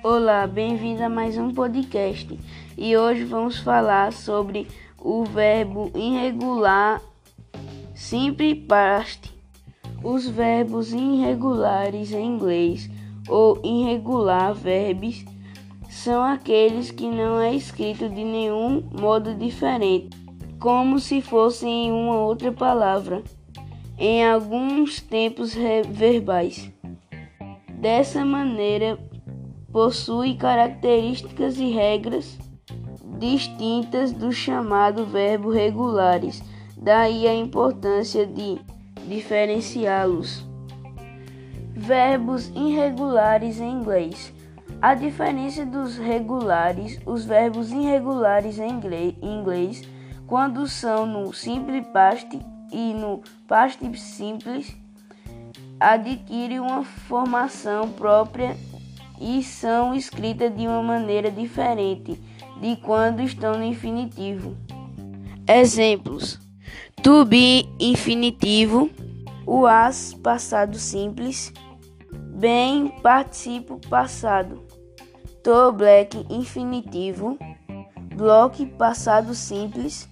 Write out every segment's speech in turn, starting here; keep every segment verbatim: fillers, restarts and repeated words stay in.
Olá, bem-vindo a mais um podcast e hoje vamos falar sobre o verbo irregular simple past. Os verbos irregulares em inglês ou irregular verbs são aqueles que não é escrito de nenhum modo diferente, como se fossem em uma outra palavra, em alguns tempos verbais. Dessa maneira, possui características e regras distintas do chamado verbo regulares, daí a importância de diferenciá-los. Verbos irregulares em inglês. A diferença dos regulares, os verbos irregulares em inglês, quando são no simple past e no past simples, adquirem uma formação própria e são escritas de uma maneira diferente de quando estão no infinitivo. Exemplos: to be infinitivo, was passado simples, been participo passado, to black infinitivo, block passado simples,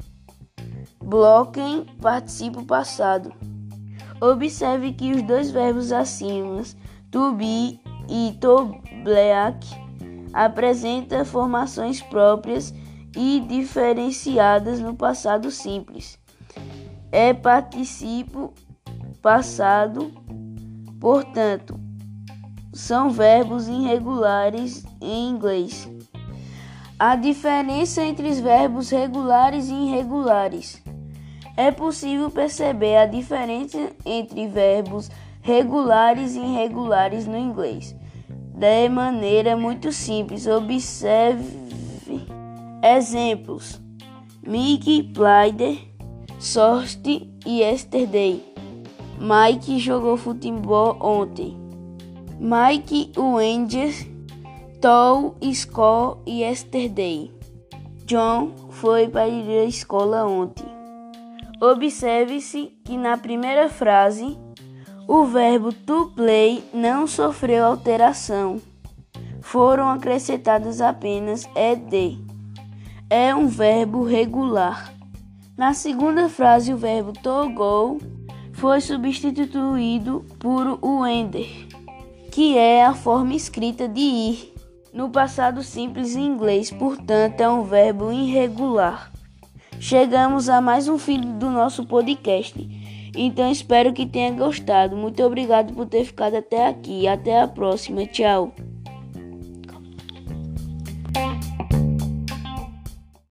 blocken participo passado. Observe que os dois verbos acima, to be e to black, apresentam formações próprias e diferenciadas no passado simples. É participo passado, portanto, são verbos irregulares em inglês. A diferença entre os verbos regulares e irregulares. É possível perceber a diferença entre verbos regulares e irregulares no inglês de maneira muito simples. Observe exemplos: Mickey played soccer yesterday. Mike jogou futebol ontem. Mike went to school yesterday. John foi para a escola ontem. Observe-se que na primeira frase o verbo to play não sofreu alteração. Foram acrescentadas apenas ed. É um verbo regular. Na segunda frase, o verbo to go foi substituído por o ender, que é a forma escrita de ir no passado simples em inglês, portanto é um verbo irregular. Chegamos a mais um fim do nosso podcast. Então espero que tenha gostado. Muito obrigado por ter ficado até aqui. Até a próxima. Tchau.